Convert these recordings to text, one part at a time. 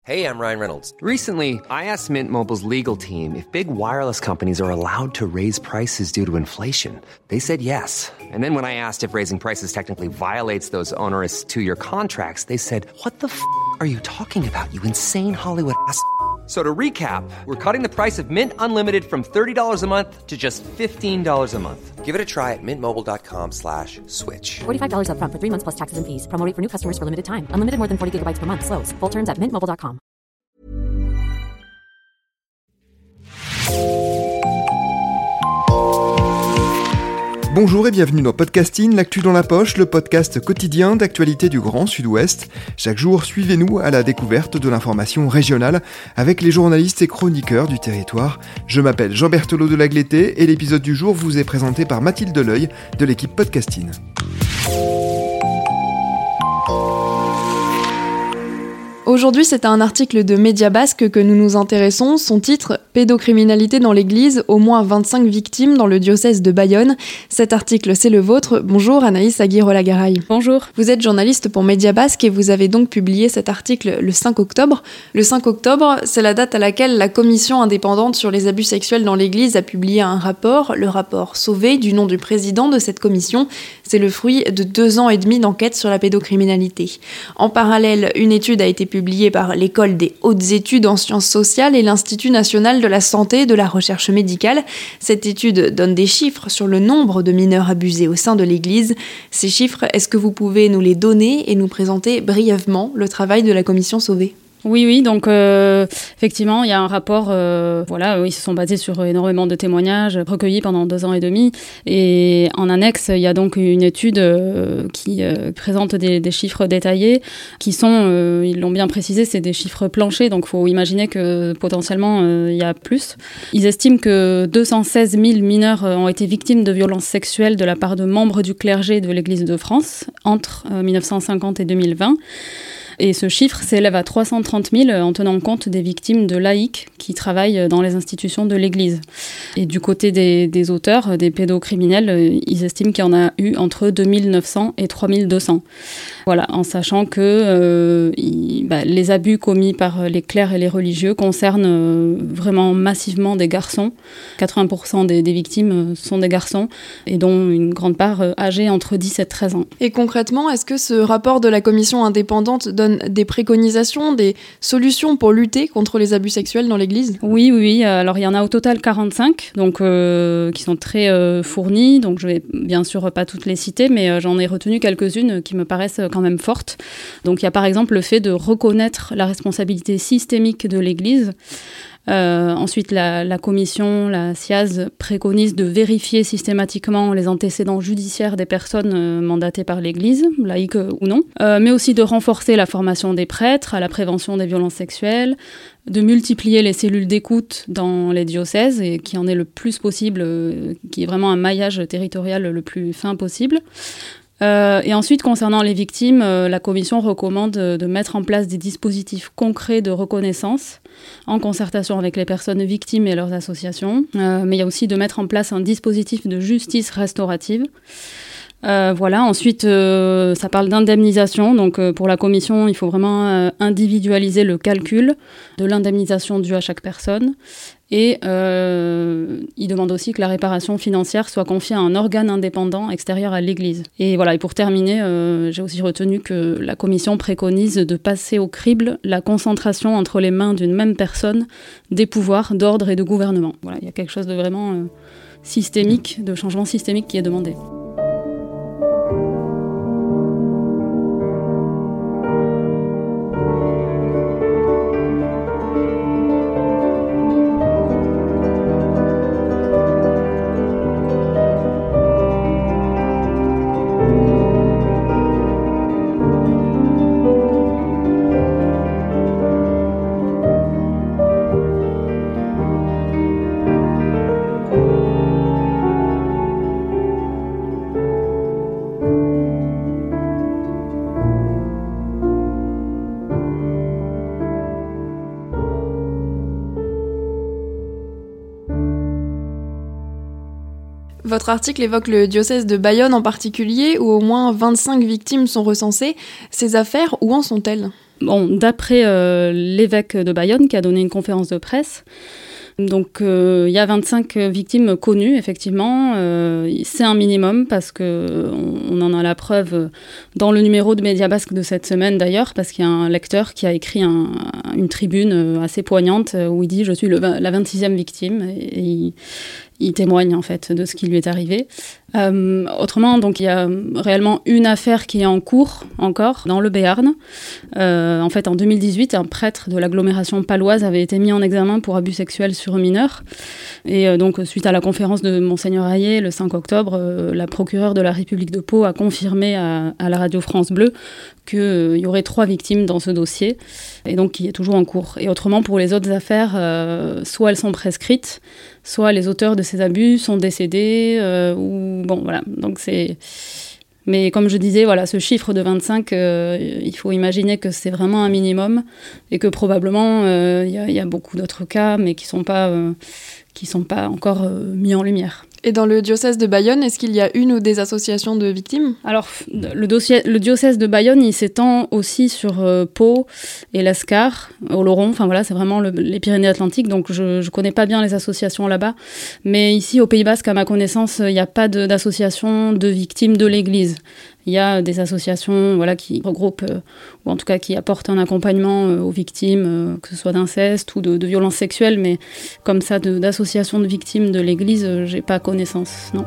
Hey, I'm Ryan Reynolds. Recently, I asked Mint Mobile's legal team if big wireless companies are allowed to raise prices due to inflation. They said yes. And then when I asked if raising prices technically violates those onerous two-year contracts, they said, "What the f*** are you talking about, you insane Hollywood ass?" So to recap, we're cutting the price of Mint Unlimited from $30 a month to just $15 a month. Give it a try at mintmobile.com/switch. $45 up front for 3 months plus taxes and fees. Promo rate for new customers for limited time. Unlimited more than 40 gigabytes per month. Slows full terms at mintmobile.com. Bonjour et bienvenue dans Podcasting, l'actu dans la poche, le podcast quotidien d'actualité du Grand Sud-Ouest. Chaque jour, suivez-nous à la découverte de l'information régionale avec les journalistes et chroniqueurs du territoire. Je m'appelle Jean Berthelot de Lagleté et l'épisode du jour vous est présenté par Mathilde Leuil de l'équipe Podcasting. Aujourd'hui, c'est à un article de Média Basque que nous nous intéressons. Son titre « Pédocriminalité dans l'église, au moins 25 victimes dans le diocèse de Bayonne ». Cet article, c'est le vôtre. Bonjour Anaïs Aguirre-Lagaray. Bonjour. Vous êtes journaliste pour Média Basque et vous avez donc publié cet article le 5 octobre. Le 5 octobre, c'est la date à laquelle la commission indépendante sur les abus sexuels dans l'église a publié un rapport, le rapport Sauvé, du nom du président de cette commission. C'est le fruit de 2 ans et demi d'enquête sur la pédocriminalité. En parallèle, une étude a été publiée par l'École des hautes études en sciences sociales et l'Institut national de la santé et de la recherche médicale. Cette étude donne des chiffres sur le nombre de mineurs abusés au sein de l'Église. Ces chiffres, est-ce que vous pouvez nous les donner et nous présenter brièvement le travail de la commission Sauvé ? Oui, donc effectivement, il y a un rapport, ils se sont basés sur énormément de témoignages recueillis pendant 2 ans et demi. Et en annexe, il y a donc une étude qui présente des chiffres détaillés qui sont, ils l'ont bien précisé, c'est des chiffres planchers, donc il faut imaginer que potentiellement il y a plus. Ils estiment que 216 000 mineurs ont été victimes de violences sexuelles de la part de membres du clergé de l'Église de France entre 1950 et 2020. Et ce chiffre s'élève à 330 000 en tenant compte des victimes de laïcs qui travaillent dans les institutions de l'Église. Et du côté des auteurs, des pédocriminels, ils estiment qu'il y en a eu entre 2900 et 3200. Voilà, en sachant que les abus commis par les clercs et les religieux concernent vraiment massivement des garçons. 80% des victimes sont des garçons, et dont une grande part âgés entre 10 et 13 ans. Et concrètement, est-ce que ce rapport de la commission indépendante donne des préconisations, des solutions pour lutter contre les abus sexuels dans l'Église ? Oui. Alors, il y en a au total 45, donc, qui sont très fournis. Donc, je vais bien sûr pas toutes les citer, mais j'en ai retenu quelques-unes qui me paraissent quand même fortes. Donc, il y a par exemple le fait de reconnaître la responsabilité systémique de l'Église. Ensuite, la commission, la SIAZ, préconise de vérifier systématiquement les antécédents judiciaires des personnes mandatées par l'Église, laïques ou non, mais aussi de renforcer la formation des prêtres à la prévention des violences sexuelles, de multiplier les cellules d'écoute dans les diocèses, et qui en est le plus possible, qui est vraiment un maillage territorial le plus fin possible. Et ensuite, concernant les victimes, la commission recommande de mettre en place des dispositifs concrets de reconnaissance en concertation avec les personnes victimes et leurs associations. Mais il y a aussi de mettre en place un dispositif de justice restaurative. Ensuite, ça parle d'indemnisation. Donc, pour la commission, il faut vraiment individualiser le calcul de l'indemnisation due à chaque personne. Et il demande aussi que la réparation financière soit confiée à un organe indépendant extérieur à l'Église. Et pour terminer, j'ai aussi retenu que la commission préconise de passer au crible la concentration entre les mains d'une même personne des pouvoirs d'ordre et de gouvernement. Voilà, il y a quelque chose de vraiment systémique, de changement systémique qui est demandé. Votre article évoque le diocèse de Bayonne en particulier, où au moins 25 victimes sont recensées. Ces affaires, où en sont-elles ? Bon, d'après l'évêque de Bayonne qui a donné une conférence de presse, donc il y a 25 victimes connues, effectivement. C'est un minimum parce qu'on en a la preuve dans le numéro de Média Basque de cette semaine d'ailleurs, parce qu'il y a un lecteur qui a écrit une tribune assez poignante où il dit « Je suis la 26e victime » et il témoigne en fait de ce qui lui est arrivé. Autrement, donc il y a réellement une affaire qui est en cours encore dans le Béarn. En fait, en 2018, un prêtre de l'agglomération paloise avait été mis en examen pour abus sexuels sur mineurs. Et donc, suite à la conférence de Monseigneur Hayet, le 5 octobre, la procureure de la République de Pau a confirmé à la radio France Bleu qu'il y aurait 3 victimes dans ce dossier, et donc qui est toujours en cours. Et autrement, pour les autres affaires, soit elles sont prescrites, soit les auteurs de ces abus sont décédés, ou bon, voilà. Donc c'est... Mais comme je disais, voilà, ce chiffre de 25, il faut imaginer que c'est vraiment un minimum, et que probablement, il y a beaucoup d'autres cas, mais qui sont pas encore mis en lumière. Et dans le diocèse de Bayonne, est-ce qu'il y a une ou des associations de victimes ? Alors, le diocèse de Bayonne, il s'étend aussi sur Pau et l'Escar, Oloron, enfin voilà, c'est vraiment les Pyrénées-Atlantiques, donc je connais pas bien les associations là-bas. Mais ici, au Pays Basque, à ma connaissance, il n'y a pas d'association de victimes de l'Église. Il y a des associations qui regroupent, ou en tout cas qui apportent un accompagnement aux victimes, que ce soit d'inceste ou de violences sexuelles, mais comme ça, d'associations de victimes de l'Église, j'ai pas connaissance, non.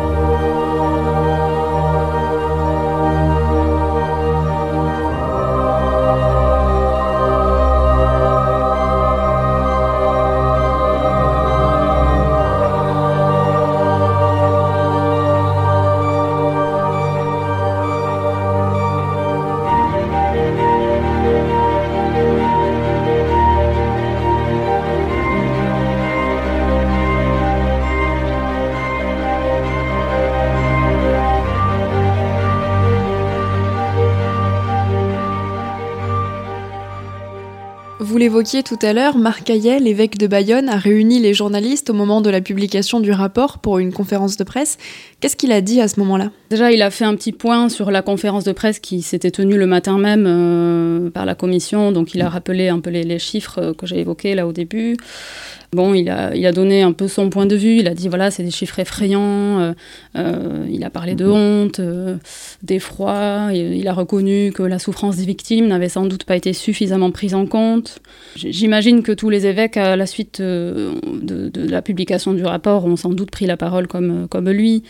Vous l'évoquiez tout à l'heure, Marc Hayet, l'évêque de Bayonne, a réuni les journalistes au moment de la publication du rapport pour une conférence de presse. Qu'est-ce qu'il a dit à ce moment-là ? Déjà, il a fait un petit point sur la conférence de presse qui s'était tenue le matin même par la commission. Donc, il a rappelé un peu les chiffres que j'ai évoqués là au début. Bon, il a donné un peu son point de vue. Il a dit, voilà, c'est des chiffres effrayants. Il a parlé de honte, d'effroi. Il a reconnu que la souffrance des victimes n'avait sans doute pas été suffisamment prise en compte. J'imagine que tous les évêques, à la suite de la publication du rapport, ont sans doute pris la parole comme lui.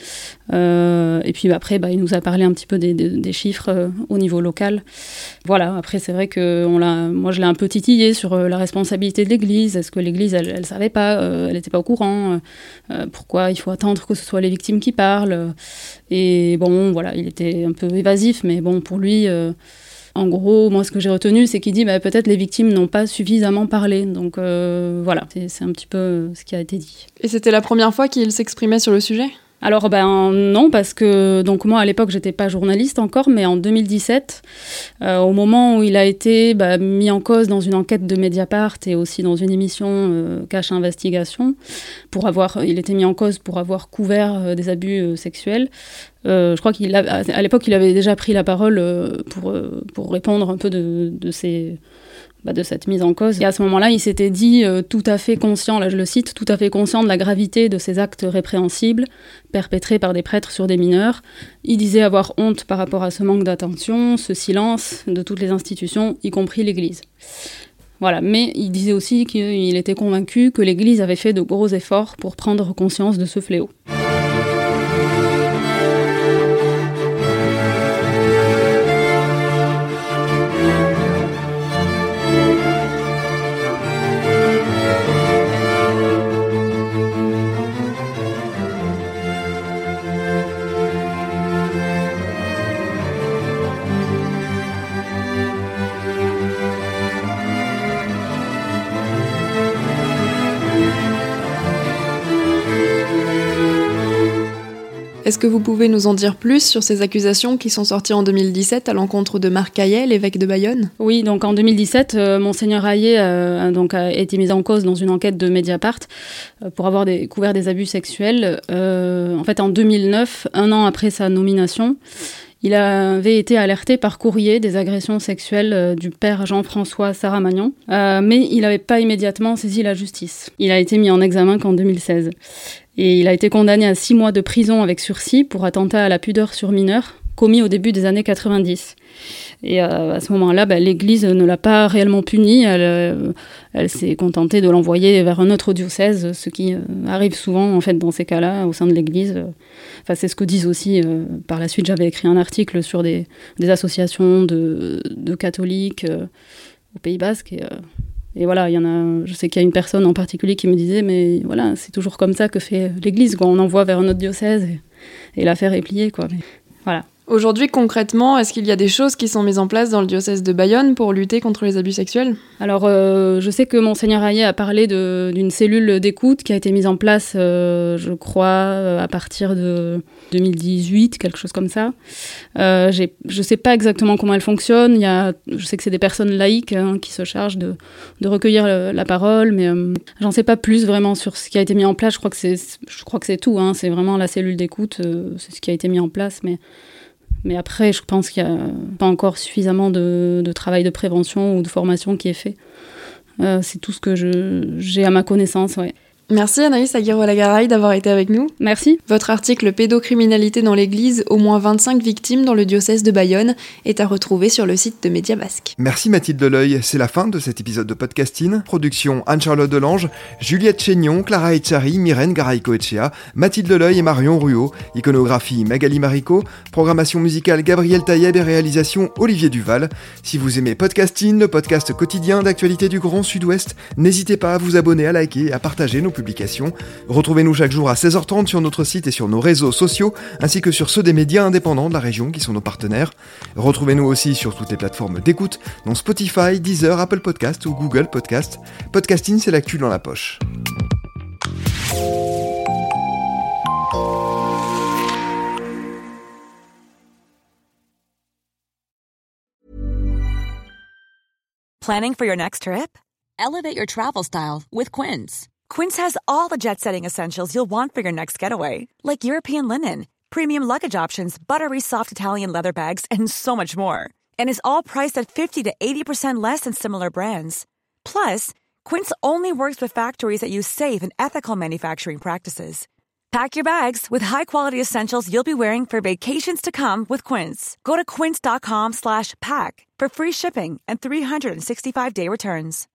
Et puis après, il nous a parlé un petit peu des chiffres au niveau local. Voilà, après, c'est vrai que moi, je l'ai un peu titillé sur la responsabilité de l'Église. Est-ce que l'Église, elle savait pas, elle n'était pas au courant, pourquoi il faut attendre que ce soit les victimes qui parlent. Et bon, voilà, il était un peu évasif, mais bon, pour lui, en gros, moi, ce que j'ai retenu, c'est qu'il dit peut-être les victimes n'ont pas suffisamment parlé. Donc voilà, c'est un petit peu ce qui a été dit. Et c'était la première fois qu'il s'exprimait sur le sujet ? Alors non, parce que donc moi à l'époque j'étais pas journaliste encore, mais en 2017, au moment où il a été mis en cause dans une enquête de Mediapart et aussi dans une émission Cache Investigation, il était mis en cause pour avoir couvert des abus sexuels. Je crois qu'à l'époque il avait déjà pris la parole pour répondre un peu de cette mise en cause. Et à ce moment-là, il s'était dit tout à fait conscient, là je le cite, tout à fait conscient de la gravité de ces actes répréhensibles perpétrés par des prêtres sur des mineurs. Il disait avoir honte par rapport à ce manque d'attention, ce silence de toutes les institutions, y compris l'Église. Voilà, mais il disait aussi qu'il était convaincu que l'Église avait fait de gros efforts pour prendre conscience de ce fléau. Est-ce que vous pouvez nous en dire plus sur ces accusations qui sont sorties en 2017 à l'encontre de Marc Hayet, l'évêque de Bayonne ? Oui, donc en 2017, Monseigneur Hayet a été mis en cause dans une enquête de Mediapart pour avoir couvert des abus sexuels. En fait, en 2009, un an après sa nomination, Il avait été alerté par courrier des agressions sexuelles du père Jean-François Sarah-Magnon, mais il n'avait pas immédiatement saisi la justice. Il a été mis en examen qu'en 2016. Et il a été condamné à 6 mois de prison avec sursis pour attentat à la pudeur sur mineur, commis au début des années 90. Et à ce moment-là, l'Église ne l'a pas réellement puni. Elle s'est contentée de l'envoyer vers un autre diocèse, ce qui arrive souvent en fait dans ces cas-là au sein de l'Église. Enfin, c'est ce que disent aussi. Par la suite, j'avais écrit un article sur des associations de catholiques au Pays Basque. Et voilà, il y en a. Je sais qu'il y a une personne en particulier qui me disait, mais voilà, c'est toujours comme ça que fait l'Église, quoi. On envoie vers un autre diocèse et l'affaire est pliée, quoi. Mais voilà. Aujourd'hui, concrètement, est-ce qu'il y a des choses qui sont mises en place dans le diocèse de Bayonne pour lutter contre les abus sexuels ? Alors, je sais que Monseigneur Hayet a parlé d'une cellule d'écoute qui a été mise en place, je crois, à partir de 2018, quelque chose comme ça. Je ne sais pas exactement comment elle fonctionne. Je sais que c'est des personnes laïques qui se chargent de recueillir la parole, mais j'en sais pas plus vraiment sur ce qui a été mis en place. Je crois que c'est tout. C'est vraiment la cellule d'écoute, c'est ce qui a été mis en place, mais après, je pense qu'il n'y a pas encore suffisamment de travail de prévention ou de formation qui est fait. C'est tout ce que j'ai à ma connaissance, ouais. Merci Anaïs Aguirre-Lagaray d'avoir été avec nous. Merci. Votre article « Pédocriminalité dans l'Église, au moins 25 victimes dans le diocèse de Bayonne » est à retrouver sur le site de Média Basque. Merci Mathilde Deleuil, c'est la fin de cet épisode de Podcasting. Production Anne-Charlotte Delange, Juliette Chénion, Clara Echari, Myrène Garay-Coetchea, Mathilde Deleuil et Marion Ruot, iconographie Magali Marico, programmation musicale Gabriel Taïeb et réalisation Olivier Duval. Si vous aimez Podcasting, le podcast quotidien d'actualité du Grand Sud-Ouest, n'hésitez pas à vous abonner, à liker et à partager nos publications. Retrouvez-nous chaque jour à 16h30 sur notre site et sur nos réseaux sociaux, ainsi que sur ceux des médias indépendants de la région qui sont nos partenaires. Retrouvez-nous aussi sur toutes les plateformes d'écoute, dont Spotify, Deezer, Apple Podcast ou Google Podcast. Podcasting, c'est l'actu dans la poche. Planning for your next trip? Elevate your travel style with Quince. Quince has all the jet-setting essentials you'll want for your next getaway, like European linen, premium luggage options, buttery soft Italian leather bags, and so much more. And is all priced at 50 to 80% less than similar brands. Plus, Quince only works with factories that use safe and ethical manufacturing practices. Pack your bags with high-quality essentials you'll be wearing for vacations to come with Quince. Go to quince.com/pack for free shipping and 365-day returns.